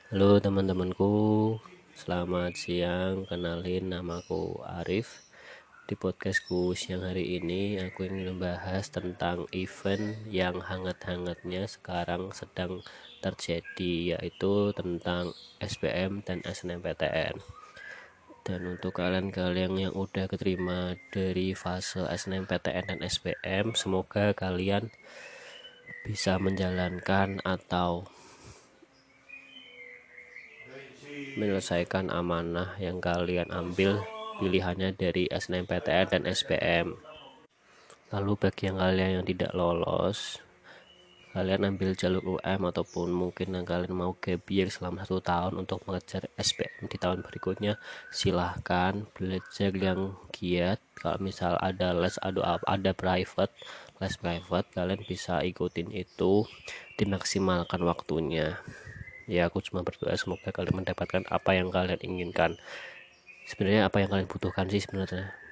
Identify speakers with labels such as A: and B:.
A: Halo teman-temanku, selamat siang. Kenalin, namaku Arif. Di podcastku siang hari ini aku ingin membahas tentang event yang hangat-hangatnya sekarang sedang terjadi, yaitu tentang SBM dan SNMPTN. Dan untuk kalian-kalian yang udah keterima dari fase SNMPTN dan SBM, semoga kalian bisa menjalankan atau menyelesaikan amanah yang kalian ambil pilihannya dari SNMPTN dan SBM. Lalu bagi yang kalian yang tidak lolos, kalian ambil jalur UM ataupun mungkin yang kalian mau gap year selama 1 tahun untuk mengejar SBM di tahun berikutnya, silahkan belajar yang giat. Kalau misal ada les, ada private, les private, kalian bisa ikutin itu, dimaksimalkan waktunya. Ya, aku cuma berdoa semoga kalian mendapatkan apa yang kalian inginkan. Sebenarnya apa yang kalian butuhkan sih sebenarnya?